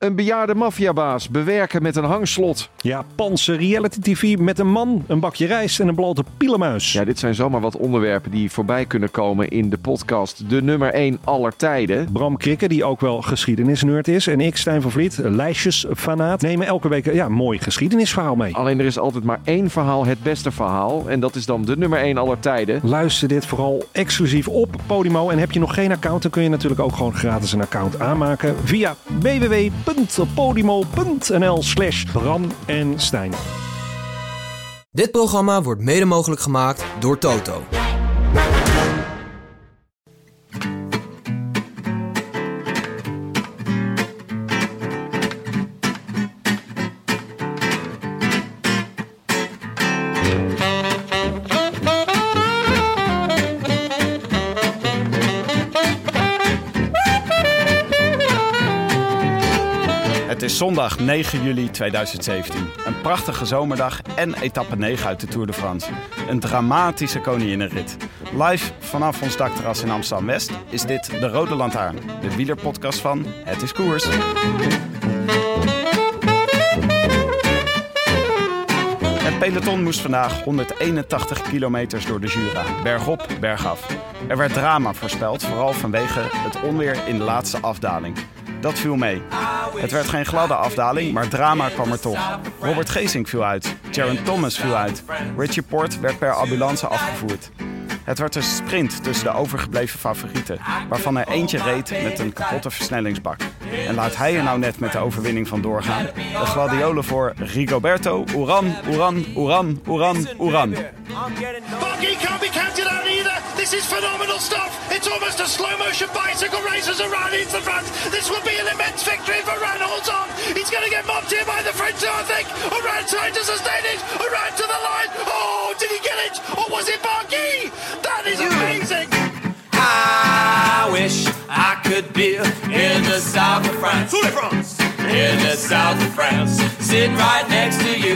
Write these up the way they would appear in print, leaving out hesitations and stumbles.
Een bejaarde maffiabaas bewerken met een hangslot. Japanse reality TV met een man, een bakje rijst en een blote pielenmuis. Ja, dit zijn zomaar wat onderwerpen die voorbij kunnen komen in de podcast De nummer 1 aller tijden. Bram Krikke, die ook wel geschiedenisnerd is. En ik, Stijn van Vliet, lijstjesfanaat, nemen elke week een mooi geschiedenisverhaal mee. Alleen er is altijd maar één verhaal het beste verhaal. En dat is dan de nummer 1 aller tijden. Luister dit vooral exclusief op Podimo. En heb je nog geen account, dan kun je natuurlijk ook gewoon gratis een account aanmaken via www.podimo.nl/Bram en Stijn. Dit programma wordt mede mogelijk gemaakt door Toto. Het is zondag 9 juli 2017. Een prachtige zomerdag en etappe 9 uit de Tour de France. Een dramatische koninginnenrit. Live vanaf ons dakterras in Amsterdam-West is dit De Rode Lantaarn. De wielerpodcast van Het is Koers. Het peloton moest vandaag 181 kilometers door de Jura. Bergop, bergaf. Er werd drama voorspeld, vooral vanwege het onweer in de laatste afdaling. Dat viel mee. Het werd geen gladde afdaling, maar drama kwam er toch. Robert Geesink viel uit. Geraint Thomas viel uit. Richie Porte werd per ambulance afgevoerd. Het werd een sprint tussen de overgebleven favorieten, waarvan er eentje reed met een kapotte versnellingsbak. En laat hij er nou net met de overwinning van doorgaan. De gladiolen voor Rigoberto Uran, Uran, Uran, Uran, Uran. Barguil can't be counted out either. This is phenomenal stuff. It's almost a slow motion bicycle race as Uran hits the front. This will be an immense victory if Uran holds on. He's going to get mobbed here by the French, I think. Uran trying to sustain it. Uran to the line. Oh, did he get it? Or was it Barguil? That is amazing. I wish I could be in the south of France. In the south of France. Sitting right next to you.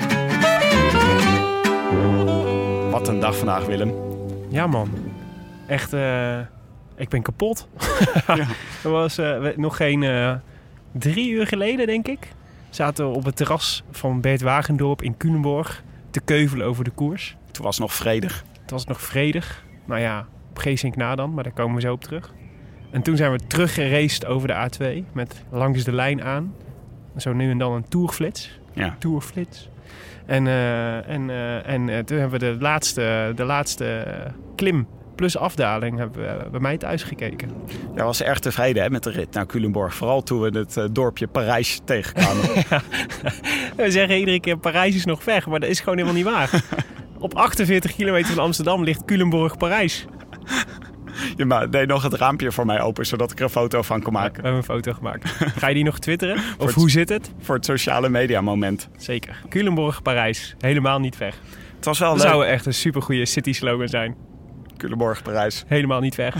Wat een dag vandaag, Willem. Ja, man. Echt, ik ben kapot. Ja. Dat was nog geen 3 uur geleden, denk ik. Zaten we op het terras van Bert Wagendorp in Culemborg te keuvelen over de koers. Toen was het nog vredig. Het was nog vredig. Nou ja, op Geesink na dan, maar daar komen we zo op terug. En toen zijn we teruggeraced over de A2 met langs de lijn aan. Zo nu en dan een tourflits. Ja. Tourflits. En toen hebben we de laatste klim plus afdaling hebben we bij mij thuis gekeken. Jij was erg tevreden met de rit naar Culemborg. Vooral toen we het dorpje Parijs tegenkwamen. Ja. We zeggen iedere keer Parijs is nog ver, maar dat is gewoon helemaal niet waar. Op 48 kilometer van Amsterdam ligt Culemborg Parijs. Ja, maar deed nog het raampje voor mij open, zodat ik er een foto van kon maken. We hebben een foto gemaakt. Ga je die nog twitteren? Of hoe zit het? Voor het sociale media moment. Zeker. Culemborg Parijs. Helemaal niet ver. Het was wel Dat leuk. zou echt een supergoeie city slogan zijn. Culemborg Parijs. Helemaal niet ver.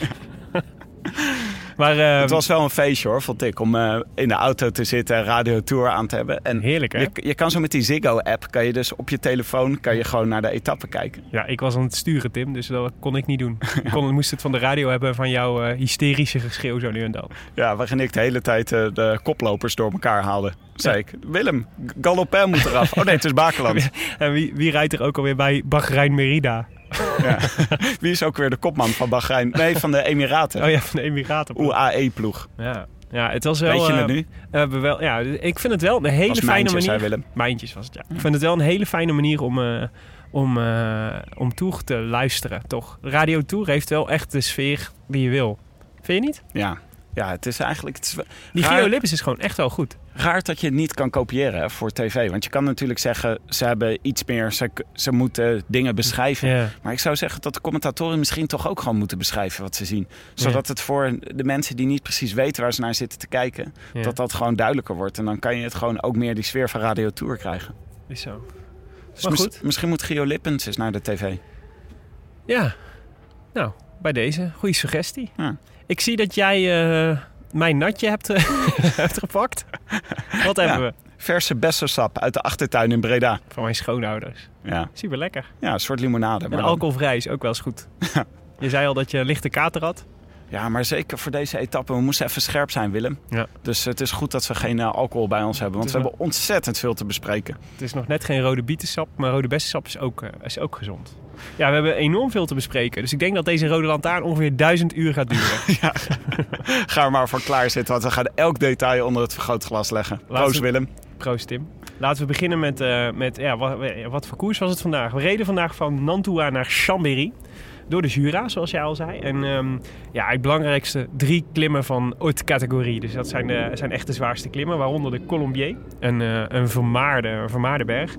Maar, het was wel een feestje hoor, vond ik, om in de auto te zitten en Radio Tour aan te hebben. En heerlijk hè? Je kan zo met die Ziggo-app, kan je dus op je telefoon kan je gewoon naar de etappe kijken. Ja, ik was aan het sturen, Tim, dus dat kon ik niet doen. Ik moest het van de radio hebben van jouw hysterische geschreeuw zo nu en dan. Ja, waarin ik de hele tijd de koplopers door elkaar haalde. Zei ik, Willem, Galopin moet eraf. Oh nee, het is Bakeland. En wie rijdt er ook alweer bij Bahrein Merida? Ja. Wie is ook weer de kopman van Bahrein? Nee, van de Emiraten. Oh ja, van de Emiraten. UAE-ploeg. Ja, het was wel... Weet je het nu? We hebben wel, ja, ik vind het wel een hele fijne manier... Zei Willem. Mijntjes was het, ja. Ik vind het wel een hele fijne manier om Tour te luisteren, toch? Radio Tour heeft wel echt de sfeer die je wil. Vind je niet? Ja, het is eigenlijk... Die Gio Lippens is gewoon echt wel goed. Raar dat je het niet kan kopiëren hè, voor tv. Want je kan natuurlijk zeggen, ze hebben iets meer... Ze moeten dingen beschrijven. Ja. Maar ik zou zeggen dat de commentatoren misschien toch ook gewoon moeten beschrijven wat ze zien. Zodat het voor de mensen die niet precies weten waar ze naar zitten te kijken... dat gewoon duidelijker wordt. En dan kan je het gewoon ook meer die sfeer van Radio Tour krijgen. Is zo. Dus maar goed. Misschien moet Gio Lippens eens naar de tv. Ja. Nou, bij deze. Goeie suggestie. Ja. Ik zie dat jij mijn natje hebt gepakt. Wat hebben we? Verse bessensap uit de achtertuin in Breda. Van mijn schoonouders. Ja. Super lekker. Ja, een soort limonade. En alcoholvrij is ook wel eens goed. Je zei al dat je een lichte kater had. Ja, maar zeker voor deze etappe. We moesten even scherp zijn, Willem. Ja. Dus het is goed dat we geen alcohol bij ons hebben. Want we hebben ontzettend veel te bespreken. Het is nog net geen rode bietensap, maar rode bessensap is ook gezond. Ja, we hebben enorm veel te bespreken. Dus ik denk dat deze Rode Lantaarn ongeveer 1000 uur gaat duren. Ja. Ga er maar voor klaar zitten, want we gaan elk detail onder het vergrootglas leggen. Proost, Willem. Proost, Tim. Laten we beginnen met wat voor koers was het vandaag? We reden vandaag van Nantua naar Chambéry. Door de Jura, zoals jij al zei. En het belangrijkste 3 klimmen van haute categorie. Dus dat zijn echt de zwaarste klimmen. Waaronder de Colombier, een vermaarde berg.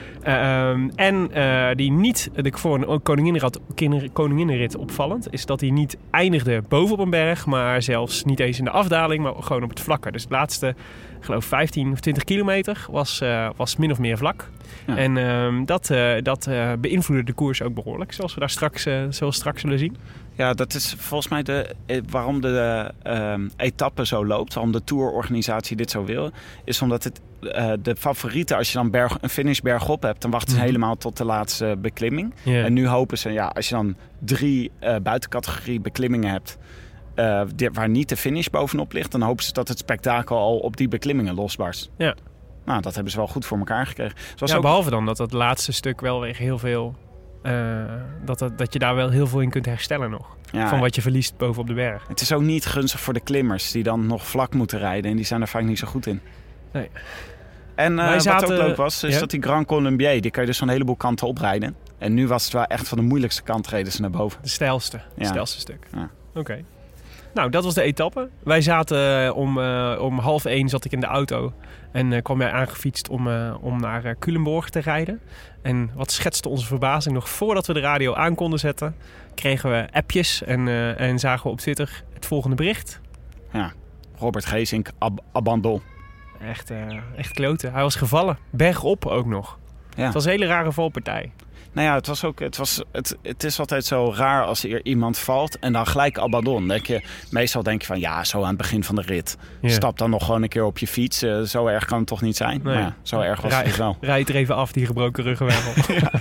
Die niet, voor een koninginnenrit opvallend, is dat hij niet eindigde bovenop een berg, maar zelfs niet eens in de afdaling, maar gewoon op het vlakke. Dus het laatste, ik geloof 15 of 20 kilometer was min of meer vlak. Ja. En dat beïnvloedde de koers ook behoorlijk, zoals we daar straks zullen zien. Ja, dat is volgens mij waarom de etappe zo loopt. Waarom de tourorganisatie dit zo wil. Is omdat de favorieten, als je dan een finish bergop hebt, dan wachten ze helemaal tot de laatste beklimming. Yeah. En nu hopen ze, als je dan 3 buitencategorie beklimmingen hebt, waar niet de finish bovenop ligt, dan hopen ze dat het spektakel al op die beklimmingen losbarst. Ja. Nou, dat hebben ze wel goed voor elkaar gekregen. Behalve dan dat laatste stuk wel weer heel veel... dat je daar wel heel veel in kunt herstellen nog. Ja, van wat je verliest bovenop de berg. Het is ook niet gunstig voor de klimmers die dan nog vlak moeten rijden. En die zijn er vaak niet zo goed in. Nee. En wat ook leuk was, is dat die Grand Colombier, die kan je dus van een heleboel kanten oprijden. En nu was het wel echt van de moeilijkste kant reden ze naar boven. De steilste stuk. Ja. Oké. Nou, dat was de etappe. Wij zaten om 12:30 zat ik in de auto. En kwam jij aangefietst om naar Culemborg te rijden. En wat schetste onze verbazing nog voordat we de radio aan konden zetten, kregen we appjes en zagen we op Twitter het volgende bericht. Ja, Robert Geesink, abandon. Echt kloten. Hij was gevallen. Bergop ook nog. Ja. Het was een hele rare valpartij. Nou ja, het is altijd zo raar als er iemand valt en dan gelijk abandon. Meestal denk je van zo aan het begin van de rit. Yeah. Stap dan nog gewoon een keer op je fiets. Zo erg kan het toch niet zijn? Nee. Maar ja, zo erg was het dus wel. Rijd er even af, die gebroken ruggenwervel. Ja.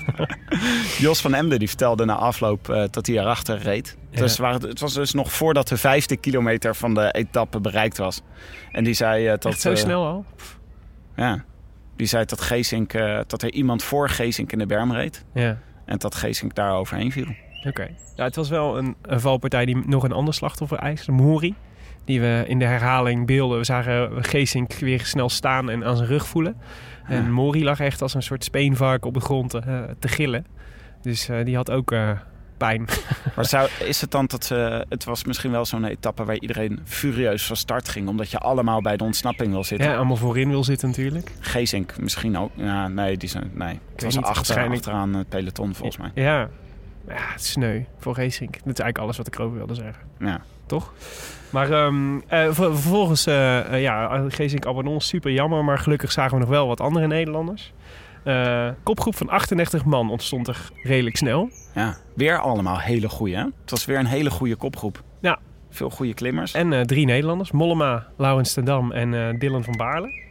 Jos van Emden die vertelde na afloop dat hij erachter reed. Ja. Dus het was dus nog voordat de 5e kilometer van de etappe bereikt was. En die zei dat... Echt zo snel al? Ja. Die zei dat er iemand voor Geesink in de berm reed. Ja. En dat Geesink daar overheen viel. Oké. Ja, het was wel een valpartij die nog een ander slachtoffer eiste. Mori. Die we in de herhaling beelden. We zagen Geesink weer snel staan en aan zijn rug voelen. Ja. En Mori lag echt als een soort speenvark op de grond te gillen. Dus die had ook... pijn. Maar is het dan dat het was misschien wel zo'n etappe waar iedereen furieus van start ging, omdat je allemaal bij de ontsnapping wil zitten? Ja, allemaal voorin wil zitten natuurlijk. Geesink misschien ook. Ja, nee. Het was achteraan het peloton volgens mij. Ja, het is sneu voor Geesink. Dat is eigenlijk alles wat ik erover wilde zeggen. Ja. Toch? Maar vervolgens, Geesink abandon, super jammer, maar gelukkig zagen we nog wel wat andere Nederlanders. Kopgroep van 38 man ontstond er redelijk snel. Ja, weer allemaal hele goeie, hè? Het was weer een hele goede kopgroep. Ja. Veel goede klimmers. En 3 Nederlanders. Mollema, Laurens ten Dam en Dylan van Baarle.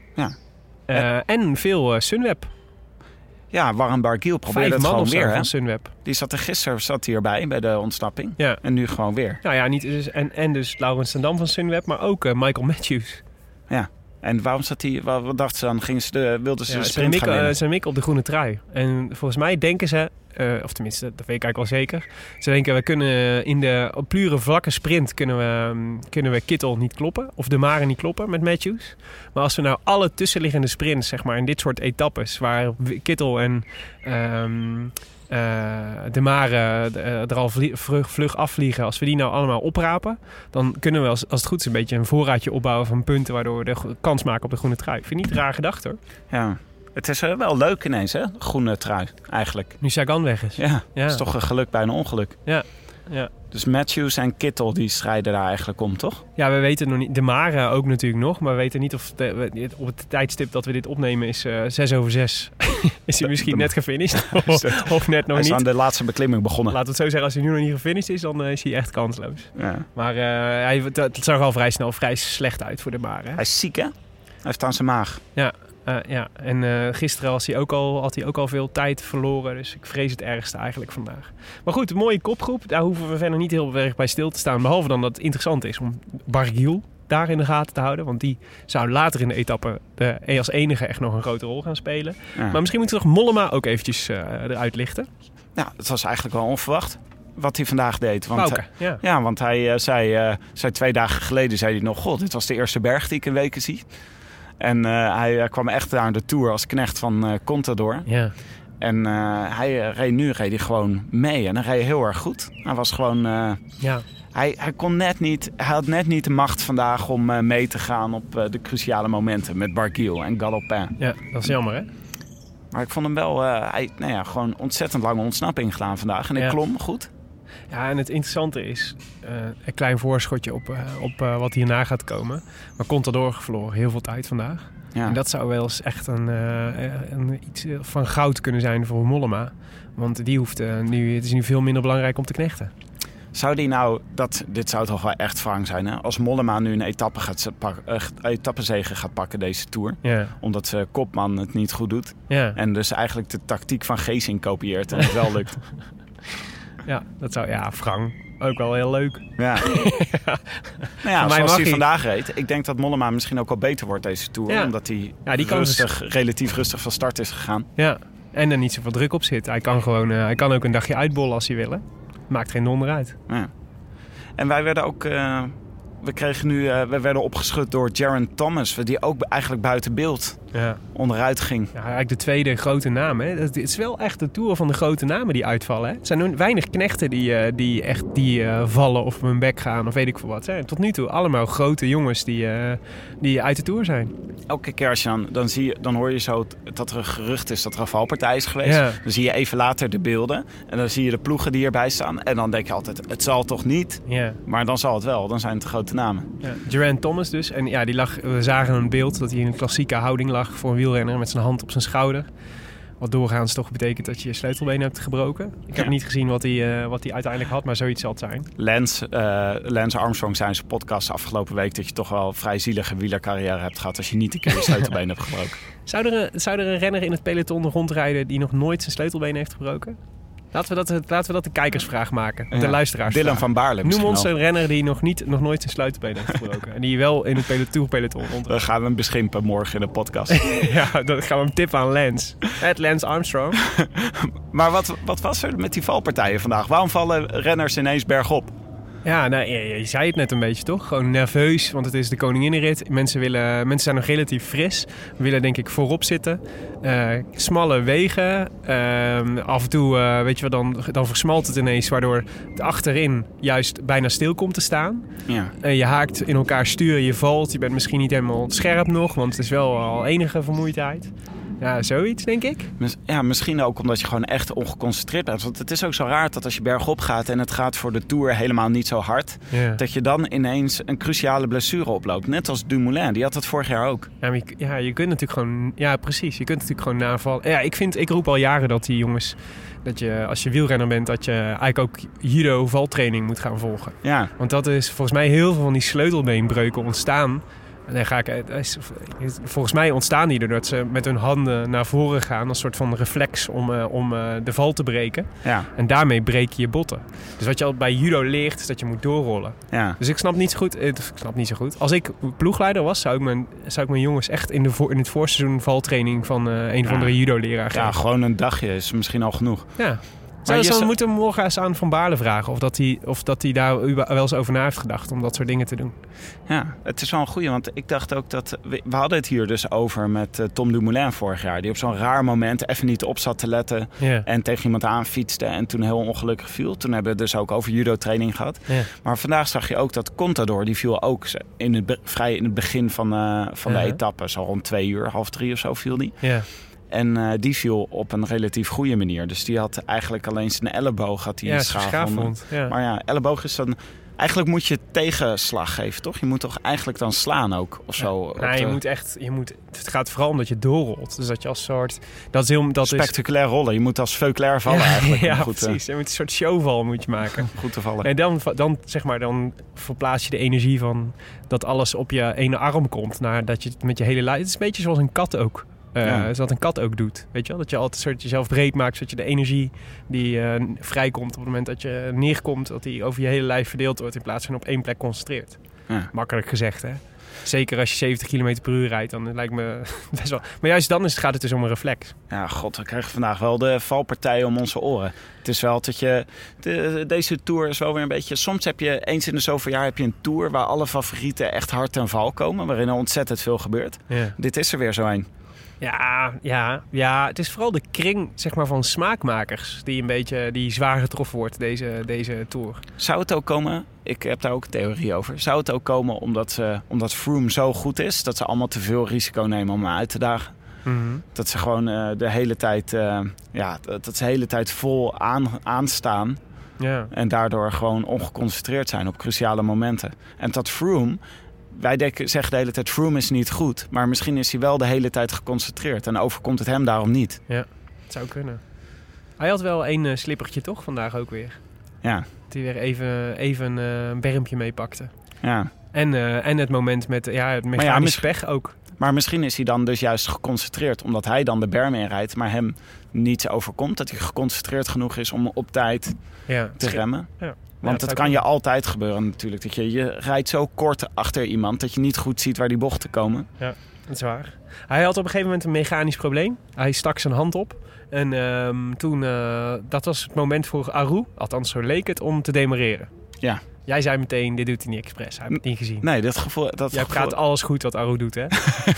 Ja. En veel Sunweb. Ja, Warren Barguil probeerde het gewoon weer, hè? Van Sunweb. Die zat er gisteren hierbij bij de ontsnapping. Ja. En nu gewoon weer. Nou ja, niet dus, dus Laurens ten Dam van Sunweb, maar ook Michael Matthews. Ja. En waarom zat hij? Wat dachten ze dan? Wilden ze de sprint gaan winnen? Ze mikken op de groene trui. En volgens mij denken ze, of tenminste, dat weet ik eigenlijk wel zeker. Ze denken, we kunnen in de pure vlakke sprint kunnen we Kittel niet kloppen. Of de Mare niet kloppen met Matthews. Maar als we nou alle tussenliggende sprints, zeg maar, in dit soort etappes, waar Kittel en de Mare er al vlug afvliegen. Als we die nou allemaal oprapen, dan kunnen we als het goed is een beetje een voorraadje opbouwen van punten, waardoor we de kans maken op de groene trui. Ik vind het niet een raar gedachte, hoor. Ja, het is wel leuk ineens, hè? Groene trui, eigenlijk. Nu Sagan weg is. Ja, het is toch een geluk bij een ongeluk. Ja. Dus Matthews en Kittel die strijden daar eigenlijk om, toch? Ja, we weten nog niet. De Mare ook natuurlijk nog. Maar we weten niet of op het tijdstip dat we dit opnemen is 6:06. Is hij misschien net gefinished? Of net nog niet? Hij is aan de laatste beklimming begonnen. Laten we het zo zeggen. Als hij nu nog niet gefinished is, dan is hij echt kansloos. Ja. Maar het zag al vrij snel vrij slecht uit voor de Mare. Hè? Hij is ziek, hè? Hij heeft aan zijn maag. Ja. Gisteren had hij ook al veel tijd verloren. Dus ik vrees het ergste eigenlijk vandaag. Maar goed, een mooie kopgroep. Daar hoeven we verder niet heel erg bij stil te staan. Behalve dan dat het interessant is om Barguil daar in de gaten te houden. Want die zou later in de etappe als enige echt nog een grote rol gaan spelen. Ja. Maar misschien moeten we toch Mollema ook eventjes eruit lichten. Ja, dat was eigenlijk wel onverwacht wat hij vandaag deed. Want, Bouke, want hij zei 2 dagen geleden zei hij nog... God, dit was de eerste berg die ik in weken zie. En hij kwam echt daar aan de Tour als knecht van Contador. Ja. En hij reed gewoon mee. En hij reed heel erg goed. Hij was gewoon... Hij had net niet de macht vandaag om mee te gaan op de cruciale momenten met Barguil en Galopin. Ja, dat is jammer, hè? Maar ik vond hem wel gewoon ontzettend lange ontsnapping gedaan vandaag. En hij klom goed. Ja, en het interessante is, een klein voorschotje op wat hierna gaat komen. Maar Contador verloren heel veel tijd vandaag. Ja. En dat zou wel eens echt iets van goud kunnen zijn voor Mollema. Want die hoeft het is nu veel minder belangrijk om te knechten. Zou die nou, dit zou toch wel echt wrang zijn, hè? Als Mollema nu een etappezege gaat pakken deze Tour. Ja. Omdat Kopman het niet goed doet. Ja. En dus eigenlijk de tactiek van Geesink kopieert en het wel lukt. Ja, dat zou, wrang. Ook wel heel leuk. Ja. Zoals hij vandaag reed. Ik denk dat Mollema misschien ook wel beter wordt deze Tour. Ja. Omdat hij relatief rustig van start is gegaan. Ja, en er niet zoveel druk op zit. Hij kan ook een dagje uitbollen als hij wil. Maakt geen donder uit. Ja. En wij werden ook... we werden opgeschud door Geraint Thomas, die ook eigenlijk buiten beeld onderuit ging. Ja, eigenlijk de tweede grote naam. Hè? Het is wel echt de Tour van de grote namen die uitvallen. Hè? Het zijn weinig knechten die vallen of op hun bek gaan of weet ik veel wat. Hè? Tot nu toe allemaal grote jongens die uit de Tour zijn. Elke keer als je dan hoor je zo dat er een gerucht is dat er een valpartij is geweest. Ja. Dan zie je even later de beelden. En dan zie je de ploegen die erbij staan. En dan denk je altijd, het zal toch niet? Ja. Maar dan zal het wel. Dan zijn het de grote namen. Ja. Geraint Thomas dus. En ja, we zagen een beeld dat hij in een klassieke houding lag voor een wielrenner met zijn hand op zijn schouder. Wat doorgaans toch betekent dat je je sleutelbeen hebt gebroken. Ik heb niet gezien wat hij uiteindelijk had, maar zoiets zal het zijn. Lance Armstrong zei in zijn podcast afgelopen week dat je toch wel een vrij zielige wielercarrière hebt gehad als je niet een keer je sleutelbeen hebt gebroken. Zou er een renner in het peloton rondrijden die nog nooit zijn sleutelbeen heeft gebroken? Laten we dat de kijkersvraag maken. De luisteraars. Dylan van Baarle. Noem ons een renner die nog nooit zijn sleutelbeen heeft gebroken. En die wel in het peloton rondrijdt. Dan gaan we hem beschimpen morgen in de podcast. Ja, dan gaan we hem tippen aan Lance. Lance Armstrong. Maar wat was er met die valpartijen vandaag? Waarom vallen renners ineens bergop? Ja, nou, je zei het net een beetje, toch? Gewoon nerveus, want het is de Koninginnenrit. Mensen zijn nog relatief fris. Willen denk ik voorop zitten. Smalle wegen. Af en toe, weet je wel, dan versmalt het ineens, waardoor het achterin juist bijna stil komt te staan. Ja. Je haakt in elkaar sturen, je valt. Je bent misschien niet helemaal scherp nog, want het is wel al enige vermoeidheid. Ja, zoiets, denk ik. Ja, misschien ook omdat je gewoon echt ongeconcentreerd bent. Want het is ook zo raar dat als je bergop gaat en het gaat voor de Tour helemaal niet zo hard, dat je dan ineens een cruciale blessure oploopt. Net als Dumoulin, die had dat vorig jaar ook. Ja, je kunt natuurlijk gewoon... Ja, precies. Je kunt natuurlijk gewoon navallen. Ja, ik roep al jaren dat die jongens... Dat je, als je wielrenner bent, dat je eigenlijk ook judo-valtraining moet gaan volgen. Ja. Want dat is volgens mij heel veel van die sleutelbeenbreuken ontstaan. En dan volgens mij ontstaan die doordat ze met hun handen naar voren gaan als soort van reflex om de val te breken. Ja. En daarmee breek je je botten. Dus wat je al bij judo leert, is dat je moet doorrollen. Ja. Dus ik snap niet zo goed. Als ik ploegleider was, zou ik mijn jongens echt in het voorseizoen valtraining van een of andere judo-leraar geven. Ja, gewoon een dagje is misschien al genoeg. Ja. We moeten morgen eens aan Van Baarle vragen of dat hij daar wel eens over na heeft gedacht om dat soort dingen te doen. Ja, het is wel een goeie, want ik dacht ook dat... We hadden het hier dus over met Tom Dumoulin vorig jaar. Die op zo'n raar moment even niet op zat te letten en tegen iemand aanfietste en toen heel ongelukkig viel. Toen hebben we het dus ook over judo-training gehad. Ja. Maar vandaag zag je ook dat Contador, die viel ook vrij in het begin van de etappe. Zo rond 2:00, 2:30 of zo viel die. Ja. En die viel op een relatief goede manier. Dus die had eigenlijk alleen zijn elleboog schaafwond. Ja. Maar ja, elleboog is dan... Eigenlijk moet je tegenslag geven, toch? Je moet toch eigenlijk dan slaan ook, of zo? Ja, het gaat vooral om dat je doorrolt. Dus dat je als soort... Spectaculair rollen. Je moet als Veuclair vallen eigenlijk. Ja, goed, precies. Je moet een soort showval moet je maken. Goed te vallen. En dan verplaats je de energie van dat alles op je ene arm komt. Naar dat je het met je hele lijf... Het is een beetje zoals een kat ook. Zoals dat een kat ook doet. Weet je wel? Dat je altijd soort jezelf breed maakt, zodat je de energie die vrijkomt op het moment dat je neerkomt, dat die over je hele lijf verdeeld wordt in plaats van op één plek concentreert. Ja. Makkelijk gezegd, hè? Zeker als je 70 km per uur rijdt, dan lijkt me best wel... Maar juist dan gaat het dus om een reflex. Ja, god, we krijgen vandaag wel de valpartijen om onze oren. Het is wel dat je... Deze Tour is wel weer een beetje... Soms heb je eens in de zoveel jaar heb je een Tour waar alle favorieten echt hard ten val komen. Waarin er ontzettend veel gebeurt. Ja. Dit is er weer zo een. Ja, het is vooral de kring zeg maar, van smaakmakers die een beetje zwaar getroffen wordt deze Tour. Zou het ook komen, ik heb daar ook een theorie over, zou het ook komen omdat Froome zo goed is, dat ze allemaal te veel risico nemen om hem uit te dagen? Mm-hmm. Dat ze gewoon de hele tijd, dat ze de hele tijd vol aanstaan. Ja. En daardoor gewoon ongeconcentreerd zijn op cruciale momenten. En dat Froome... Wij zeggen de hele tijd, Froome is niet goed. Maar misschien is hij wel de hele tijd geconcentreerd. En overkomt het hem daarom niet. Ja, het zou kunnen. Hij had wel een slippertje toch, vandaag ook weer. Ja. Dat hij weer even een bermpje meepakte. Ja. En het moment met het mechanisch pech ook. Maar misschien is hij dan dus juist geconcentreerd. Omdat hij dan de berm inrijdt. Maar hem niets overkomt. Dat hij geconcentreerd genoeg is om op tijd te remmen. Ja. Want het kan je altijd gebeuren natuurlijk. Dat je rijdt zo kort achter iemand dat je niet goed ziet waar die bochten komen. Ja, dat is waar. Hij had op een gegeven moment een mechanisch probleem. Hij stak zijn hand op. En toen, dat was het moment voor Aru, althans zo leek het, om te demareren. Ja. Jij zei meteen, dit doet hij niet expres. Hij heeft het niet gezien. Nee, dat gevoel... Jij praat alles goed wat Aru doet, hè?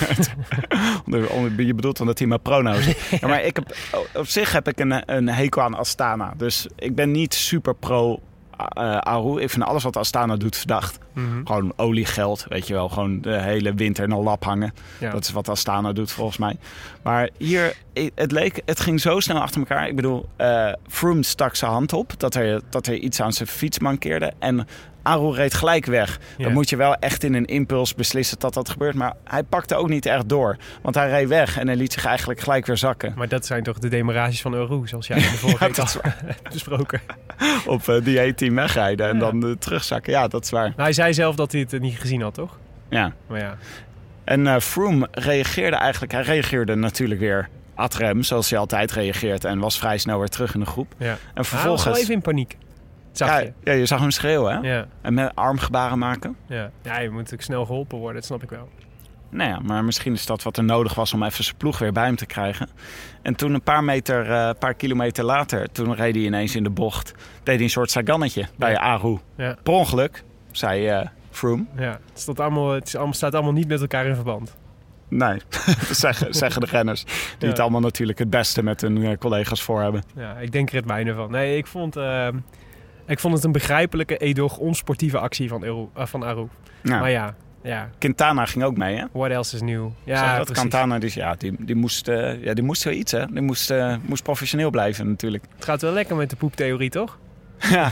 Je bedoelt omdat hij maar prono's. Ja, maar op zich heb ik een hekel aan Astana. Dus ik ben niet super pro Aru. Ik vind alles wat Astana doet verdacht. Mm-hmm. Gewoon oliegeld, weet je wel. Gewoon de hele winter in een lab hangen. Ja. Dat is wat Astana doet volgens mij. Maar hier, het ging zo snel achter elkaar. Ik bedoel, Froome stak zijn hand op. Dat er iets aan zijn fiets mankeerde. En Aru reed gelijk weg. Ja. Dan moet je wel echt in een impuls beslissen dat gebeurt. Maar hij pakte ook niet echt door. Want hij reed weg en hij liet zich eigenlijk gelijk weer zakken. Maar dat zijn toch de demarages van Aru, zoals jij in de vorige hebt besproken. Op die E-team wegrijden en dan terugzakken. Ja, dat is waar. Hij zei zelf dat hij het niet gezien had, toch? Ja. Maar ja. En Froome reageerde natuurlijk weer ad rem, zoals hij altijd reageert. En was vrij snel weer terug in de groep. Ja. En vervolgens... Hij was wel even in paniek. Ja, je zag hem schreeuwen, hè? Ja. En met armgebaren maken. Ja, je moet natuurlijk snel geholpen worden, dat snap ik wel. Nou ja, maar misschien is dat wat er nodig was om even zijn ploeg weer bij hem te krijgen. En toen een paar kilometer later, toen reed hij ineens in de bocht. Deed hij een soort sagannetje bij Aru. Ja. Per ongeluk, zei Froome. Ja, het staat allemaal niet met elkaar in verband. Nee, zeggen de renners. Die het allemaal natuurlijk het beste met hun collega's voor hebben. Ja, ik denk er het mijne van. Nee, ik vond het een begrijpelijke, edoch, onsportieve actie van Aru. Ja. Maar ja. Quintana ging ook mee, hè? What else is new? Ja, dat Quintana, die moest zoiets, hè? Die moest professioneel blijven natuurlijk. Het gaat wel lekker met de poeptheorie, toch? Ja.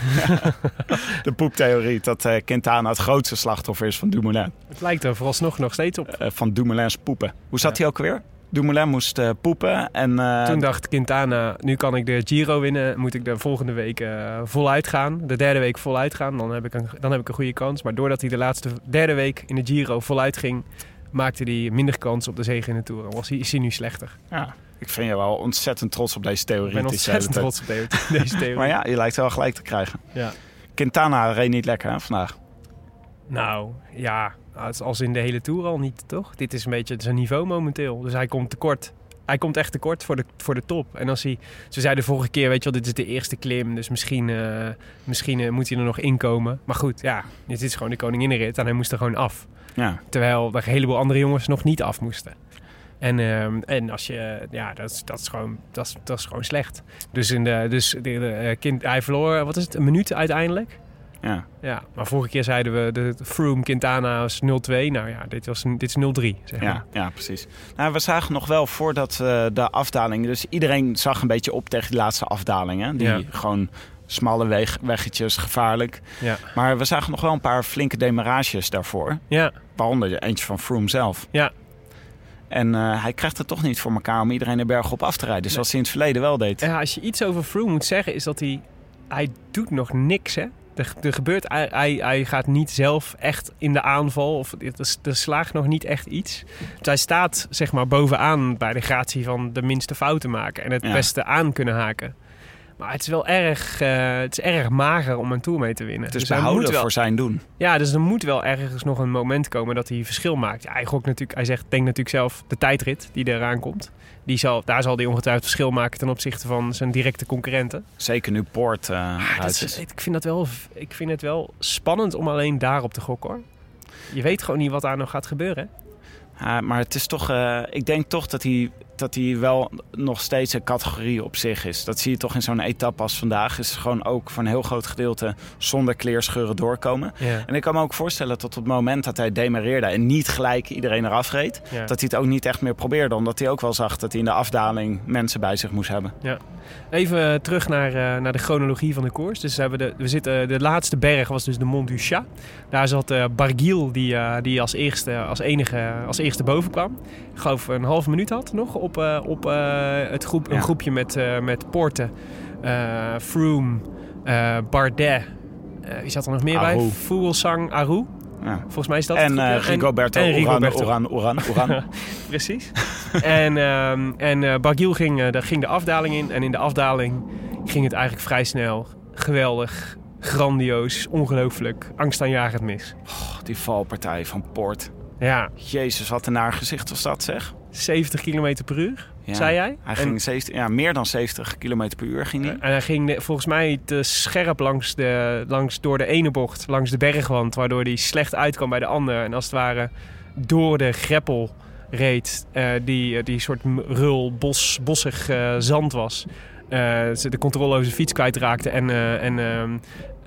De poeptheorie dat Quintana het grootste slachtoffer is van Dumoulin. Het lijkt er vooralsnog nog steeds op. Van Dumoulins poepen. Hoe zat hij ook weer? Dumoulin moest poepen en... Toen dacht Quintana, nu kan ik de Giro winnen. Moet ik de volgende week voluit gaan. De derde week voluit gaan. Dan heb ik een goede kans. Maar doordat hij de derde week in de Giro voluit ging, maakte hij minder kans op de zege in de Tour. Is hij nu slechter. Ja, ik vind je wel ontzettend trots op deze theorie. Ik ben ontzettend trots op deze theorie. Maar ja, je lijkt wel gelijk te krijgen. Ja. Quintana reed niet lekker, hè, vandaag. Nou, ja... Als in de hele Tour al niet, toch? Dit is een beetje zijn niveau momenteel. Dus hij komt tekort. Hij komt echt tekort voor de top. En als hij... Ze zeiden de vorige keer, weet je wel, dit is de eerste klim. Dus misschien moet hij er nog inkomen. Maar goed, ja, dit is gewoon de koninginnenrit. En hij moest er gewoon af. Ja. Terwijl er een heleboel andere jongens nog niet af moesten. En als je... Ja, dat is gewoon slecht. Dus hij verloor, wat is het, een minuut uiteindelijk? Ja, maar vorige keer zeiden we de Froome Quintana was 0-2. Nou ja, dit is 0-3. Zeg maar. Ja, precies. Nou, we zagen nog wel voordat de afdaling... Dus iedereen zag een beetje op tegen die laatste afdalingen. Die gewoon smalle weggetjes, gevaarlijk. Ja. Maar we zagen nog wel een paar flinke demarages daarvoor. Ja. Waaronder eentje van Froome zelf. Ja. En hij krijgt het toch niet voor elkaar om iedereen de berg op af te rijden. Zoals hij in het verleden wel deed. Ja, als je iets over Froome moet zeggen, is dat hij doet nog niks, hè? Er gebeurt, hij gaat niet zelf echt in de aanval. Of er slaagt nog niet echt iets. Dus hij staat zeg maar bovenaan bij de gratie van de minste fouten maken. En het beste aan kunnen haken. Maar het is wel erg mager om een Tour mee te winnen. Het is behouden voor zijn doen. Ja, dus er moet wel ergens nog een moment komen dat hij verschil maakt. Ja, hij denkt natuurlijk zelf de tijdrit die eraan komt. Daar zal hij ongetwijfeld verschil maken ten opzichte van zijn directe concurrenten. Zeker nu Poort uit is. Ik vind het wel spannend om alleen daarop te gokken, hoor. Je weet gewoon niet wat daar nog gaat gebeuren. Maar het is toch... ik denk toch dat hij wel nog steeds een categorie op zich is. Dat zie je toch in zo'n etappe als vandaag. Is gewoon ook voor een heel groot gedeelte zonder kleerscheuren doorkomen. Ja. En ik kan me ook voorstellen dat op het moment dat hij demareerde en niet gelijk iedereen eraf reed, dat hij het ook niet echt meer probeerde. Omdat hij ook wel zag dat hij in de afdaling mensen bij zich moest hebben. Ja. Even terug naar de chronologie van de koers. Dus de laatste berg was dus de Mont du Chat. Daar zat Barguil die als eerste boven kwam. Ik geloof een half minuut had nog op een groepje met Porte, Froome, Bardet. Wie zat er nog meer bij? Fuglsang, Aru. Ja. Volgens mij is dat en Rigoberto Uran. Precies. En Barguil ging de afdaling in. En in de afdaling ging het eigenlijk vrij snel. Geweldig, grandioos, ongelooflijk, angstaanjagend mis. Oh, die valpartij van Poort. Ja. Jezus, wat een naar gezicht was dat, zeg. 70 km per uur, zei jij? Hij ging meer dan 70 km per uur ging hij. En hij ging volgens mij te scherp door de ene bocht, langs de bergwand, waardoor hij slecht uitkwam bij de andere. En als het ware door de greppel reed, die soort bossig zand was. Ze de controle over zijn fiets kwijtraakte en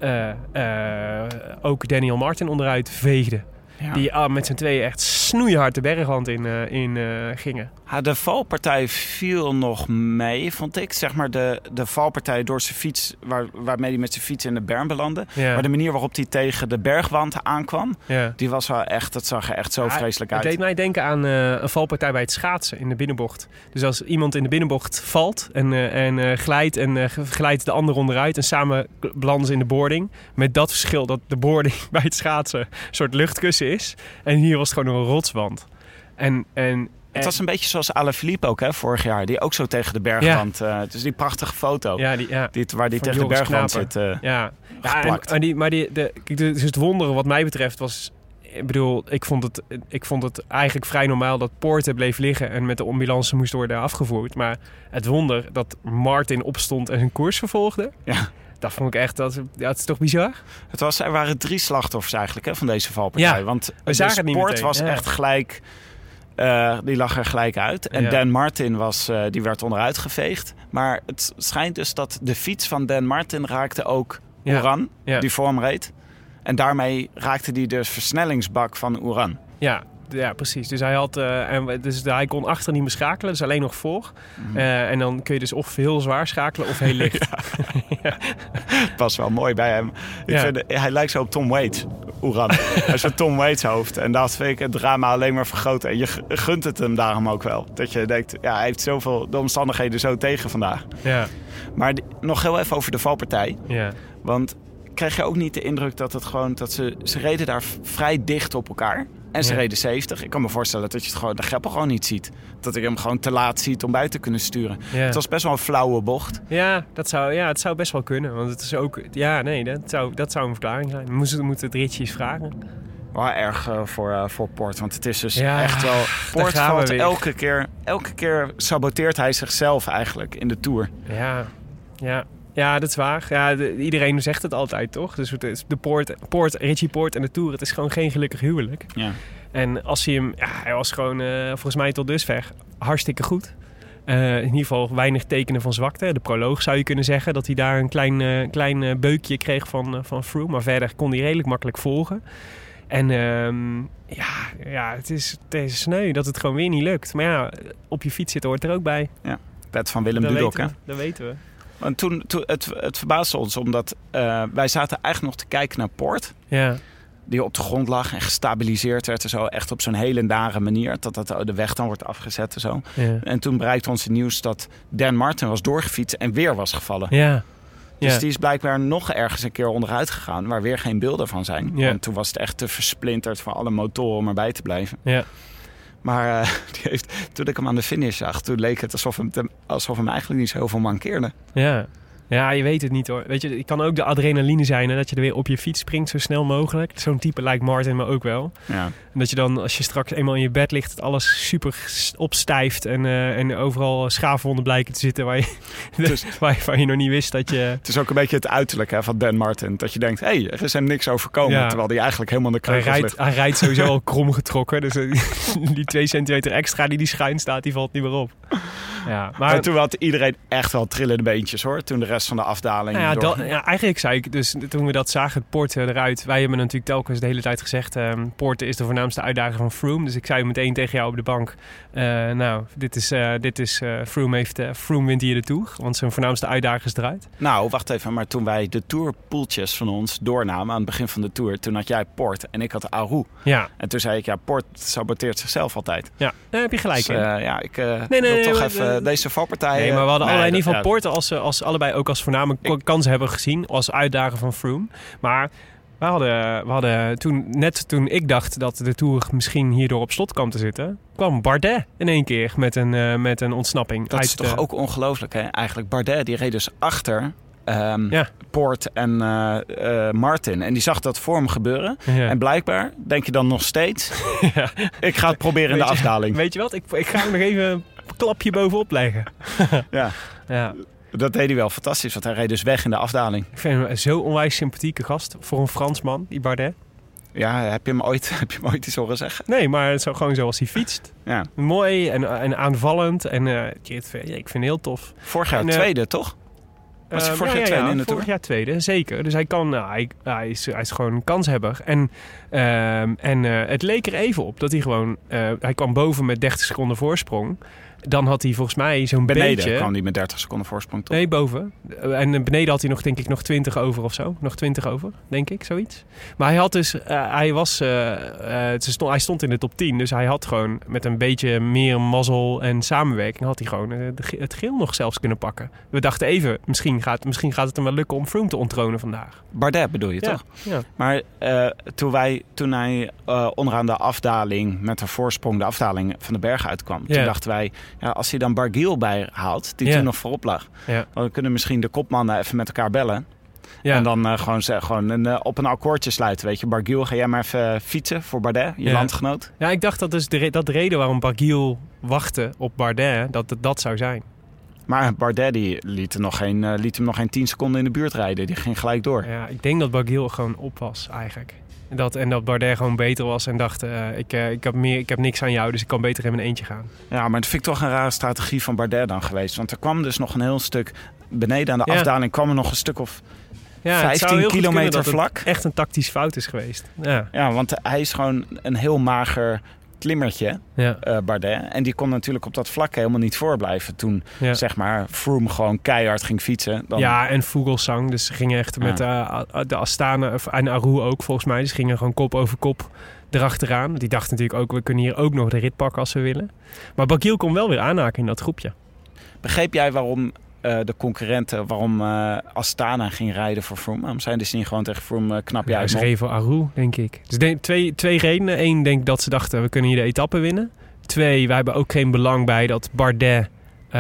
ook Daniel Martin onderuit veegde. Ja. Die met z'n tweeën echt snoeihard de bergwand in gingen. De valpartij viel nog mee, vond ik. Zeg maar de valpartij door zijn fiets, waarmee hij met zijn fiets in de berm belandde. Ja. Maar de manier waarop hij tegen de bergwand aankwam, die was wel echt, dat zag er echt zo vreselijk uit. Het deed mij denken aan een valpartij bij het schaatsen in de binnenbocht. Dus als iemand in de binnenbocht valt en glijdt de ander onderuit en samen belanden ze in de boarding. Met dat verschil dat de boarding bij het schaatsen een soort luchtkussen is. En hier was het gewoon een rotswand. Het was een beetje zoals Alaphilippe ook, hè, vorig jaar. Die ook zo tegen de bergwand. Dus die prachtige foto. Waar die tegen de bergwand zit geplakt. Dus het wonderen wat mij betreft was... Ik vond het eigenlijk vrij normaal dat Porte bleef liggen en met de ambulance moest worden afgevoerd. Maar het wonder dat Martin opstond en zijn koers vervolgde... Ja. Dat vond ik echt, dat is toch bizar? Er waren 3 slachtoffers eigenlijk, hè, van deze valpartij. Ja, want de sport was echt gelijk... die lag er gelijk uit. En Dan Martin die werd onderuit geveegd. Maar het schijnt dus dat de fiets van Dan Martin raakte ook Uran, die voor hem reed. En daarmee raakte hij de versnellingsbak van Uran. Ja, precies. Dus hij kon achter niet meer schakelen, dus alleen nog voor. En dan kun je dus of heel zwaar schakelen of heel licht. Het past wel mooi bij hem. Hij lijkt zo op Tom Waits, Uran. Hij is een Tom Waits hoofd. En dat vind ik het drama alleen maar vergroten. En je gunt het hem daarom ook wel. Dat je denkt, hij heeft zoveel de omstandigheden zo tegen vandaag. Ja. Maar nog heel even over de valpartij. Ja. Want krijg je ook niet de indruk dat ze reden daar vrij dicht op elkaar. En ze reden 70. Ik kan me voorstellen dat je de greppel gewoon niet ziet. Dat ik hem gewoon te laat ziet om buiten te kunnen sturen. Ja. Het was best wel een flauwe bocht. Ja, het zou best wel kunnen. Want het is ook... Ja, nee, dat zou een verklaring zijn. We moeten het ritje eens vragen. Wel erg voor Poort. Want het is dus echt wel... Poort valt elke keer saboteert hij zichzelf eigenlijk in de Tour. Ja, dat is waar. Ja, iedereen zegt het altijd, toch? Dus het is Richie Porte en de Tour, het is gewoon geen gelukkig huwelijk. Ja. En als hij was gewoon volgens mij tot dusver hartstikke goed. In ieder geval weinig tekenen van zwakte. De proloog zou je kunnen zeggen dat hij daar een klein beukje kreeg van Froome. Maar verder kon hij redelijk makkelijk volgen. En het is sneu dat het gewoon weer niet lukt. Maar ja, op je fiets zitten hoort er ook bij. Ja, pet van Willem Dudok, hè? Dat weten we. Want toen het verbaasde ons, omdat wij zaten eigenlijk nog te kijken naar Poort. Ja. Die op de grond lag en gestabiliseerd werd en zo. Echt op zo'n hele nare manier. Dat de weg dan wordt afgezet en zo. Ja. En toen bereikte ons het nieuws dat Dan Martin was doorgefietst en weer was gevallen. Ja. Dus Ja. die is blijkbaar nog ergens een keer onderuit gegaan... waar weer geen beelden van zijn. Ja. Want toen was het echt te versplinterd voor alle motoren om erbij te blijven. Ja. Maar toen ik hem aan de finish zag... toen leek het alsof hem eigenlijk niet zo heel veel mankeerde. Ja. Ja, je weet het niet hoor. Weet je, het kan ook de adrenaline zijn... Hè, dat je er weer op je fiets springt zo snel mogelijk. Zo'n type lijkt Martin me ook wel. Ja. En dat je dan, als je straks eenmaal in je bed ligt... dat alles super opstijft en overal schaafwonden blijken te zitten... waarvan je nog niet wist dat je... Het is ook een beetje het uiterlijk van Dan Martin. Dat je denkt, er is hem niks overkomen. Ja. Terwijl hij eigenlijk helemaal in de kreugels ligt. Hij rijdt sowieso al krom getrokken. Dus die 2 centimeter extra die schuin staat, die valt niet meer op. Ja, maar toen had iedereen echt wel trillende beentjes hoor. Toen de rest van de afdaling eigenlijk zei ik dus toen we dat zagen, het Poort eruit. Wij hebben natuurlijk telkens de hele tijd gezegd... Poort is de voornaamste uitdager van Froome. Dus ik zei meteen tegen jou op de bank... dit is Froome wint hier de Tour. Want zijn voornaamste uitdager is eruit. Nou, wacht even. Maar toen wij de Tourpoeltjes van ons doornamen... aan het begin van de Tour... toen had jij Poort en ik had Aru. Ja. En toen zei ik, Poort saboteert zichzelf altijd. Ja, daar heb je gelijk in. Ik wil toch even deze valpartij... Nee, maar we hadden allebei in ieder geval Poort als allebei ook als voornamelijke kansen hebben gezien. Als uitdager van Froome. Maar we hadden toen ik dacht dat de Tour misschien hierdoor op slot kwam te zitten... kwam Bardet in één keer met een ontsnapping. Dat is toch ook ongelooflijk, hè? Eigenlijk Bardet, die reed dus achter... Poort en Martin. En die zag dat voor hem gebeuren. Ja. En blijkbaar denk je dan nog steeds... ik ga het proberen in de afdaling. Weet je wat? Ik ga er nog even een klapje bovenop leggen. Ja. Dat deed hij wel fantastisch, want hij reed dus weg in de afdaling. Ik vind hem zo'n onwijs sympathieke gast voor een Fransman, die Bardet. Ja, heb je hem ooit iets horen zeggen? Nee, maar gewoon zoals hij fietst. Ja. Mooi en aanvallend. En ik vind het heel tof. Vorig jaar tweede, toch? Was hij vorig jaar tweede in de Tour? Vorig jaar tweede, zeker. Dus hij kan, hij is gewoon een kanshebber. En het leek er even op dat hij gewoon... hij kwam boven met 30 seconden voorsprong. Dan had hij volgens mij zo'n beneden beetje... kwam hij met 30 seconden voorsprong, toch? Nee, boven. En beneden had hij nog, denk ik, nog 20 over of zo. Nog 20 over, denk ik, zoiets. Maar hij had dus... hij stond in de top 10. Dus hij had gewoon met een beetje meer mazzel en samenwerking... had hij gewoon het geel nog zelfs kunnen pakken. We dachten even, misschien gaat het hem wel lukken om Froome te onttronen vandaag. Bardet bedoel je, toch? Ja. Maar toen hij onderaan de afdaling... met een voorsprong de afdaling van de berg uitkwam... toen dachten wij... Ja, als hij dan Barguil bijhaalt, die toen nog voorop lag... dan kunnen misschien de kopmannen even met elkaar bellen. Ja. En dan gewoon op een akkoordje sluiten, weet je. Barguil, ga jij maar even fietsen voor Bardet, je landgenoot? Ja, ik dacht dat dus de reden waarom Barguil wachtte op Bardet, dat zou zijn. Maar Bardet die liet hem nog geen 10 seconden in de buurt rijden. Die ging gelijk door. Ja, ik denk dat Barguil gewoon op was eigenlijk. En dat Bardet gewoon beter was en dacht... ik heb niks aan jou, dus ik kan beter in mijn eentje gaan. Ja, maar dat vind ik toch een rare strategie van Bardet dan geweest. Want er kwam dus nog een heel stuk... beneden aan de afdaling kwam er nog een stuk of 15 kilometer vlak. Echt een tactisch fout is geweest. Ja, want hij is gewoon een heel mager... klimmertje, Bardet. En die kon natuurlijk op dat vlak helemaal niet voorblijven. Toen, zeg maar, Froome gewoon keihard ging fietsen. Dan... Ja, en Vogelsang. Dus ze gingen echt met de Astana en Aru ook, volgens mij. Dus ze gingen gewoon kop over kop erachteraan. Die dacht natuurlijk ook, we kunnen hier ook nog de rit pakken als we willen. Maar Barguil kon wel weer aanhaken in dat groepje. Begreep jij waarom de concurrenten, waarom Astana ging rijden voor Froome? Waarom zijn dus niet gewoon tegen Froome knap je uit? Ze reden voor Aru, denk ik. Dus twee redenen. Eén, denk dat ze dachten, we kunnen hier de etappe winnen. 2, wij hebben ook geen belang bij dat Bardet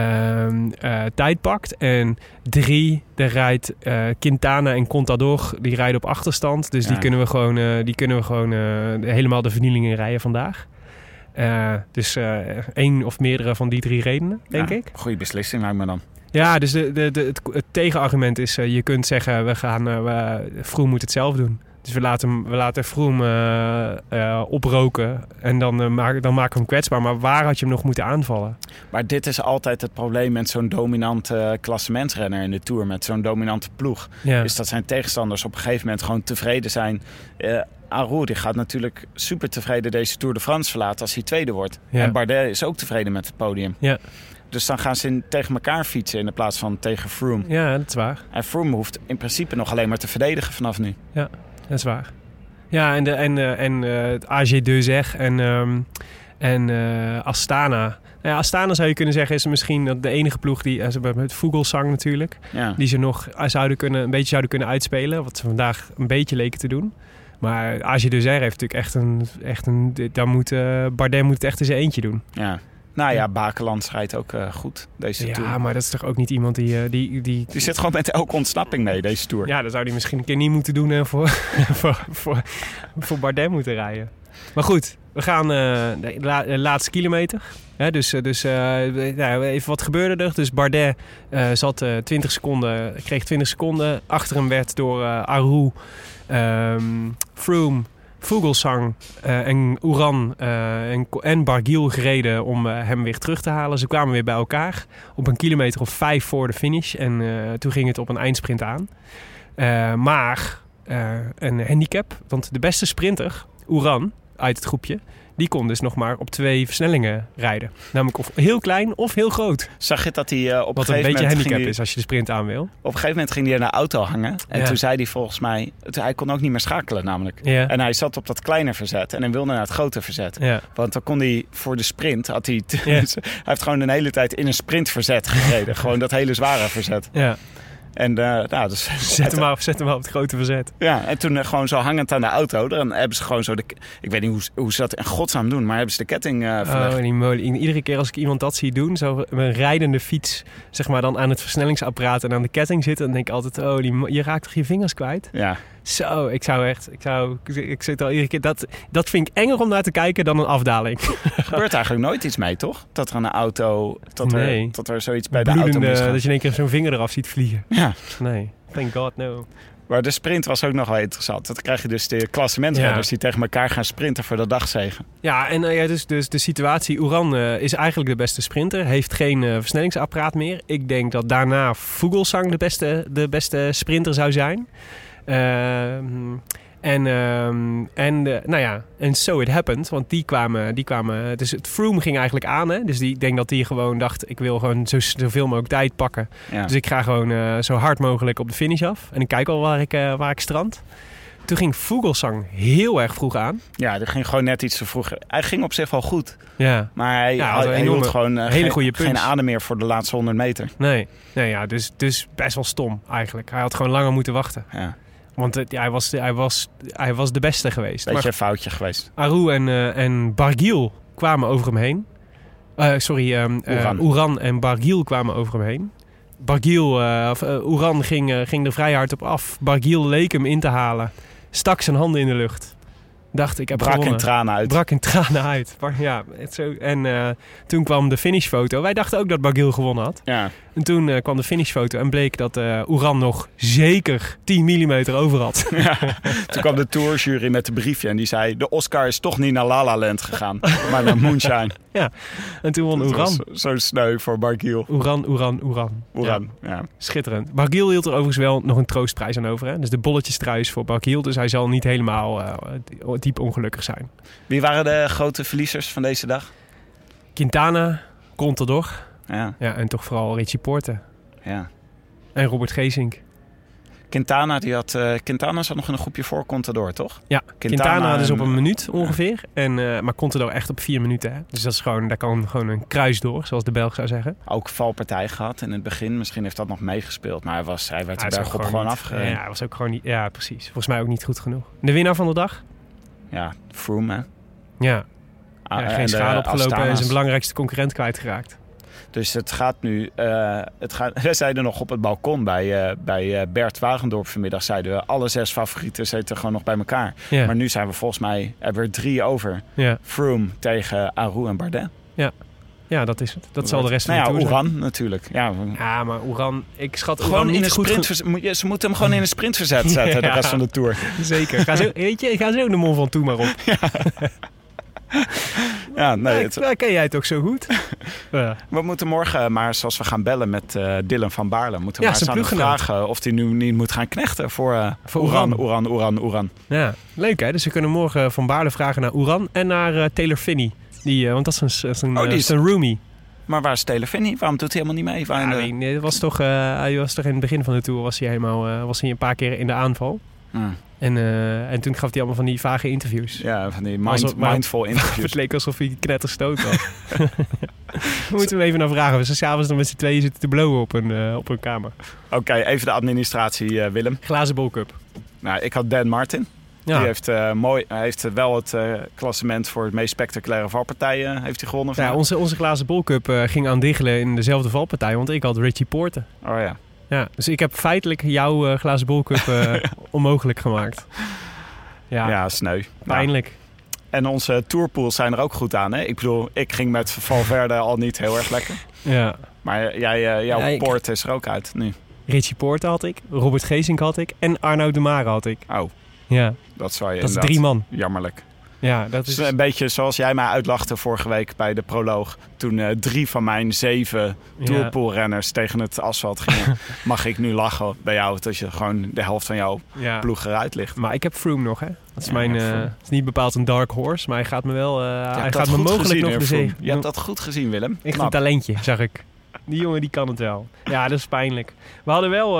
tijd pakt. En 3, er rijdt Quintana en Contador, die rijden op achterstand. Dus die kunnen we gewoon helemaal de vernielingen rijden vandaag. Dus 1 of meerdere van die 3 redenen, denk ik. Goeie beslissing lijkt me dan. Ja, dus het tegenargument is... je kunt zeggen, Froome moet het zelf doen. Dus we laten Froome oproken en dan maken we hem kwetsbaar. Maar waar had je hem nog moeten aanvallen? Maar dit is altijd het probleem met zo'n dominante klassementsrenner in de Tour. Met zo'n dominante ploeg. Ja. Is dat zijn tegenstanders op een gegeven moment gewoon tevreden zijn. Aru die gaat natuurlijk super tevreden deze Tour de France verlaten als hij tweede wordt. Ja. En Bardet is ook tevreden met het podium. Ja. Dus dan gaan ze tegen elkaar fietsen in plaats van tegen Froome. Ja, dat is waar. En Froome hoeft in principe nog alleen maar te verdedigen vanaf nu. Ja, dat is waar. Ja, en het AG2 zeg En Astana. Nou ja, Astana zou je kunnen zeggen is misschien de enige ploeg die... ze hebben met Vogelsang natuurlijk. Ja. Die ze nog een beetje zouden kunnen uitspelen. Wat ze vandaag een beetje leken te doen. Maar AG Deuzer heeft natuurlijk echt een Bardet moet het echt in zijn eentje doen. Ja. Nou ja, Bakeland rijdt ook goed deze Tour. Ja, maar dat is toch ook niet iemand die zit gewoon met elke ontsnapping mee, deze Tour. Ja, dat zou hij misschien een keer niet moeten doen en voor Bardet moeten rijden. Maar goed, we gaan de laatste kilometer. Ja, dus even wat gebeurde er. Dus Bardet kreeg 20 seconden. Achter hem werd door Aru, Froome, Vogelsang en Uran en Barguil gereden om hem weer terug te halen. Ze kwamen weer bij elkaar op een kilometer of 5 voor de finish. En toen ging het op een eindsprint aan. Maar een handicap, want de beste sprinter, Uran, uit het groepje, die kon dus nog maar op 2 versnellingen rijden. Namelijk of heel klein of heel groot. Zag je dat hij op een gegeven moment... Wat een beetje handicap is als je de sprint aan wil. Op een gegeven moment ging hij in de auto hangen. En toen zei hij volgens mij... Hij kon ook niet meer schakelen namelijk. Ja. En hij zat op dat kleine verzet. En hij wilde naar het grote verzet. Ja. Want dan kon hij voor de sprint... Hij heeft gewoon een hele tijd in een sprintverzet gereden. Gewoon dat hele zware verzet. Ja. En dus zet hem maar op het grote verzet. Ja, en toen gewoon zo hangend aan de auto. Dan hebben ze gewoon zo ik weet niet hoe ze dat in godsnaam doen, maar hebben ze de ketting verlegd. Iedere keer als ik iemand dat zie doen, zo een rijdende fiets, zeg maar dan aan het versnellingsapparaat en aan de ketting zitten, dan denk ik altijd, je raakt toch je vingers kwijt? Ja. Zo, ik zit al iedere keer, dat vind ik enger om naar te kijken dan een afdaling. Er gebeurt eigenlijk nooit iets mee, toch? Dat er aan een auto, dat er zoiets bij de auto misgaat. Dat je in één keer zo'n vinger eraf ziet vliegen. Ja. Nee, thank God, no. Maar de sprint was ook nog wel interessant. Dan krijg je dus de klassementrenners die tegen elkaar gaan sprinten voor de dagzege. Ja, en dus de situatie. Uran is eigenlijk de beste sprinter. Heeft geen versnellingsapparaat meer. Ik denk dat daarna Vogelsang de beste sprinter zou zijn. En so it happened. Want die kwamen. Dus het Froome ging eigenlijk aan. Hè? Dus ik denk dat die gewoon dacht, ik wil gewoon zoveel mogelijk tijd pakken. Ja. Dus ik ga gewoon zo hard mogelijk op de finish af. En ik kijk al waar ik strand. Toen ging Vogelsang heel erg vroeg aan. Ja, dat ging gewoon net iets te vroeg. Hij ging op zich wel goed. Ja. Maar hij hield gewoon geen adem meer voor de laatste 100 meter. Nee, dus best wel stom eigenlijk. Hij had gewoon langer moeten wachten. Ja. Want hij was de beste geweest. Beetje een foutje geweest. Aru en Barguil kwamen over hem heen. Uran en Barguil kwamen over hem heen. Uran ging er vrij hard op af. Barguil leek hem in te halen. Stak zijn handen in de lucht. Dacht, ik heb Brak gewonnen. Brak in tranen uit. Ja, en toen kwam de finishfoto. Wij dachten ook dat Barguil gewonnen had. Ja. En toen kwam de finishfoto en bleek dat Uran nog zeker 10 mm over had. Ja, toen kwam de tourjury met een briefje en die zei... de Oscar is toch niet naar La La Land gegaan, maar naar Moonshine. Ja, en toen won Uran. Zo sneu voor Barguil. Uran. Ja. Schitterend. Barguil hield er overigens wel nog een troostprijs aan over. Hè? Dus de bolletjestrui is voor Barguil. Dus hij zal niet helemaal diep ongelukkig zijn. Wie waren de grote verliezers van deze dag? Quintana, Contador. Ja, en toch vooral Richie Porte. Ja. En Robert Geesink. Quintana zat nog in een groepje voor Contador, toch? Ja, Quintana dus op een minuut ongeveer. Maar Contador echt op 4 minuten. Hè? Dus dat is daar kan gewoon een kruis door, zoals de Belg zou zeggen. Ook valpartij gehad in het begin. Misschien heeft dat nog meegespeeld. Maar hij werd er bergop gewoon afgereden. Ja, hij was ook gewoon niet... Ja, precies. Volgens mij ook niet goed genoeg. De winnaar van de dag? Ja, Froome, hè? Ja. Geen schade opgelopen en zijn belangrijkste concurrent kwijtgeraakt. Dus het gaat nu... we zeiden nog op het balkon bij Bert Wagendorp vanmiddag... zeiden we alle 6 favorieten zitten gewoon nog bij elkaar. Ja. Maar nu zijn we volgens mij... hebben we er 3 over. Ja. Froome tegen Aru en Bardet. Ja, dat is het. Dat zal de rest van de Tour zijn. Uran natuurlijk. Ja, maar Uran... Ik schat gewoon Uran in niet goed... Ze moeten hem gewoon in een sprintverzet zetten de rest van de Tour. Zeker. Ga zo de Mont Ventoux maar op. Ja. Ja, nee, daar ken jij het ook zo goed. Ja. We moeten morgen maar, zoals we gaan bellen met Dylan van Baarle... moeten we maar eens aan hem vragen of hij nu niet moet gaan knechten voor Uran. Ja, leuk hè. Dus we kunnen morgen van Baarle vragen naar Uran en naar Taylor Phinney. Want dat is een roomie. Maar waar is Taylor Phinney? Waarom doet hij helemaal niet mee? Hij was toch in het begin van de Tour was hij een paar keer in de aanval. En toen gaf hij allemaal van die vage interviews. Ja, van die mindful interviews. Het leek alsof hij knetterstoot was. We moeten hem even naar vragen. We zijn s'avonds dan met z'n tweeën zitten te blowen op een kamer. Oké, even de administratie, Willem. Glazen bolcup. Nou, ik had Dan Martin. Ja. Die heeft hij heeft wel het klassement voor het meest spectaculaire valpartijen heeft hij gewonnen. Ja, onze glazen bolcup ging aan diggelen in dezelfde valpartij, want ik had Richie Porte. Oh ja. Ja, dus ik heb feitelijk jouw glazen bolcup onmogelijk gemaakt. Ja, sneu. Pijnlijk. Nou, en onze tourpools zijn er ook goed aan, hè? Ik bedoel, ik ging met Valverde al niet heel erg lekker. Ja. Maar jouw Porte is er ook uit nu. Richie Porte had ik, Robert Geesink had ik en Arnaud de Mare had ik. Oh. Ja. Dat is 3 man. Jammerlijk. Ja, dat is een beetje zoals jij mij uitlachte vorige week bij de proloog. Toen 3 van mijn 7 tourpoolrenners tegen het asfalt gingen. Mag ik nu lachen bij jou dat je gewoon de helft van jouw ploeg eruit ligt. Maar ik heb Froome nog, hè. Dat is het is niet bepaald een dark horse, maar hij gaat me wel... hij gaat me mogelijk nog bezegen. Je hebt dat goed gezien, Willem. Echt een talentje, zag ik. Die jongen die kan het wel. Ja, dat is pijnlijk. We hadden wel...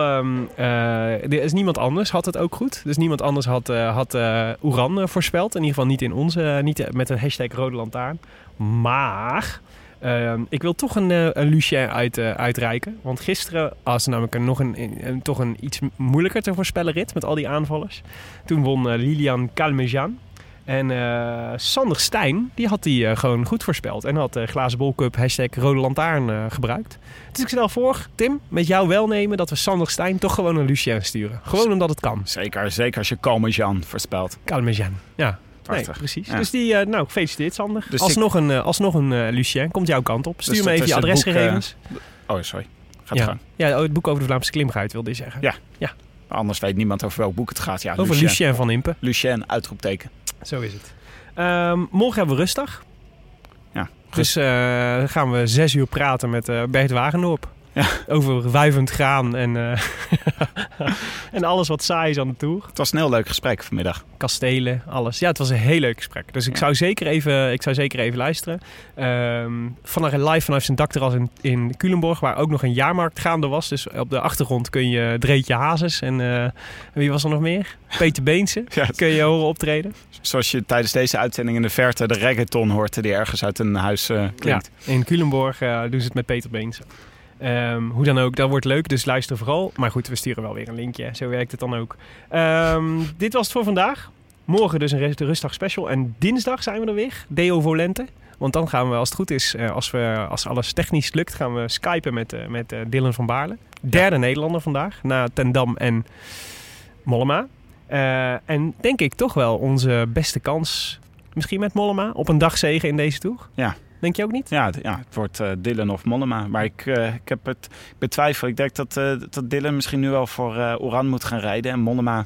er is niemand anders had het ook goed. Dus niemand anders had Uran voorspeld. In ieder geval niet in onze... Niet met de hashtag Rode Lantaarn. Maar... ik wil toch een Lucien uitreiken. Want gisteren was er namelijk toch een iets moeilijker te voorspellen rit. Met al die aanvallers. Toen won Lilian Calmejean. En Sander Stein, die had die gewoon goed voorspeld. En had Glazen Bolcup hashtag Rode Lantaarn gebruikt. Dus ik stel voor, Tim, met jouw welnemen... dat we Sander Stein toch gewoon een Lucien sturen. Gewoon omdat het kan. Zeker als je Calmejean voorspelt. Calmejean, ja. Prachtig. Nee, precies. Ja. Dus gefeliciteerd Sander. Dus alsnog een Lucien, komt jouw kant op. Stuur me even je adresgegevens. Oh, sorry. Gaat het gaan. Ja, het boek over de Vlaamse klimguide wilde je zeggen. Ja. Anders weet niemand over welk boek het gaat. Ja, over Lucien van Impe. Lucien, uitroepteken. Zo is het. Morgen hebben we rustdag. Ja. Dus gaan we 6 uur praten met Bert Wagendorp. Ja. Over wuivend graan en alles wat saai is aan de Tour. Het was een heel leuk gesprek vanmiddag. Kastelen, alles. Ja, het was een heel leuk gesprek. Dus ik zou zeker even luisteren. Live vanuit zijn dakterras in Culemborg, waar ook nog een jaarmarkt gaande was. Dus op de achtergrond kun je Dreetje Hazes en wie was er nog meer? Peter Beense. Kun je horen optreden. Zoals je tijdens deze uitzending in de verte de reggaeton hoort die ergens uit een huis klinkt. Ja, in Culemborg doen ze het met Peter Beense. Hoe dan ook, dat wordt leuk, dus luister vooral. Maar goed, we sturen wel weer een linkje. Zo werkt het dan ook. Dit was het voor vandaag. Morgen dus een rustdag special. En dinsdag zijn we er weer. Deo Volente. Want dan gaan we, als het goed is, als alles technisch lukt, gaan we skypen met Dylan van Baarle. Derde Nederlander vandaag, na Ten Dam en Mollema. En denk ik toch wel onze beste kans, misschien met Mollema, op een dagzege in deze Tour. Ja. Denk je ook niet? Ja, het wordt Dylan of Mollema. Maar ik betwijfel. Ik denk dat Dylan misschien nu wel voor Uran moet gaan rijden. En Mollema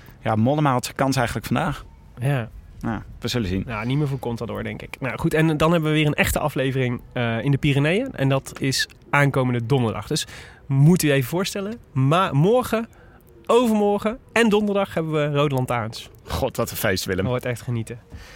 had zijn kans eigenlijk vandaag. Ja. Nou, we zullen zien. Nou, niet meer voor Contador, denk ik. Nou goed, en dan hebben we weer een echte aflevering in de Pyreneeën. En dat is aankomende donderdag. Dus moet u even voorstellen. Maar morgen, overmorgen en donderdag hebben we Rode Lantaarns. God, wat een feest, Willem. Dat wordt echt genieten.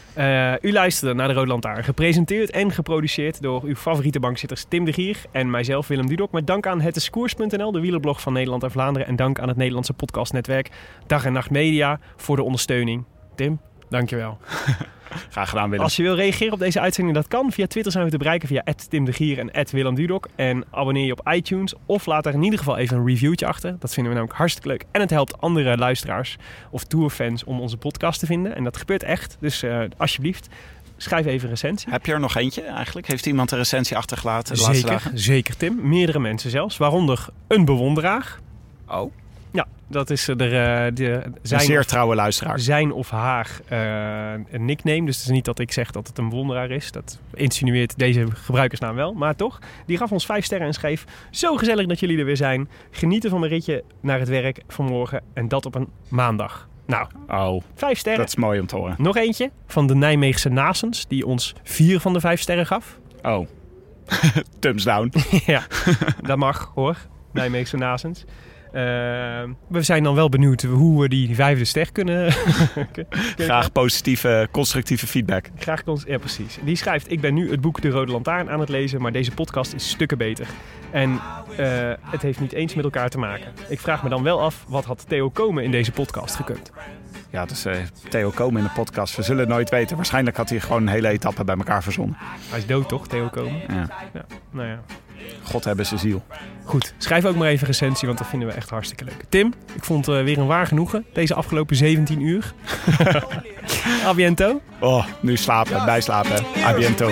U luisterde naar de Rode Lantaarn. Gepresenteerd en geproduceerd door uw favoriete bankzitters Tim de Gier en mijzelf, Willem Dudok. Met dank aan hetdescours.nl, de wielerblog van Nederland en Vlaanderen. En dank aan het Nederlandse podcastnetwerk Dag en Nacht Media voor de ondersteuning. Tim, dankjewel. Graag gedaan, Willem. Als je wil reageren op deze uitzending, dat kan. Via Twitter zijn we te bereiken via @TimDeGier en @WillemDudok. En abonneer je op iTunes of laat er in ieder geval even een reviewtje achter. Dat vinden we namelijk hartstikke leuk. En het helpt andere luisteraars of tourfans om onze podcast te vinden. En dat gebeurt echt. Dus alsjeblieft, schrijf even een recensie. Heb je er nog eentje eigenlijk? Heeft iemand een recensie achtergelaten de laatste dagen? Zeker, Tim. Meerdere mensen zelfs. Waaronder een bewonderaar. Oh. Ja, dat is een zeer trouwe luisteraar. Zijn of haar een nickname. Dus het is niet dat ik zeg dat het een bewonderaar is. Dat insinueert deze gebruikersnaam wel. Maar toch, die gaf ons 5 sterren en schreef: zo gezellig dat jullie er weer zijn. Genieten van mijn ritje naar het werk vanmorgen. En dat op een maandag. Nou, 5 sterren. Dat is mooi om te horen. Nog eentje van de Nijmeegse Nasens, die ons 4 van de 5 sterren gaf. Oh, thumbs down. Ja, dat mag hoor. Nijmeegse Nasens. We zijn dan wel benieuwd hoe we die 5e ster kunnen... Graag positieve, constructieve feedback. Ja, precies. Die schrijft, ik ben nu het boek De Rode Lantaarn aan het lezen, maar deze podcast is stukken beter. En het heeft niet eens met elkaar te maken. Ik vraag me dan wel af, wat had Theo Komen in deze podcast gekund? Ja, dus Theo Komen in de podcast. We zullen het nooit weten. Waarschijnlijk had hij gewoon een hele etappe bij elkaar verzonnen. Hij is dood toch, Theo Komen? Ja. Nou ja. God hebben zijn ziel. Goed, schrijf ook maar even een recensie, want dat vinden we echt hartstikke leuk. Tim, ik vond het weer een waar genoegen. Deze afgelopen 17 uur. A biento. Oh, nu slapen, bijslapen. A biento.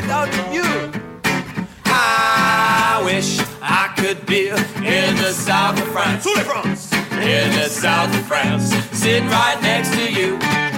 I wish I could be in the south of France. In the south of France, sitting right next to you.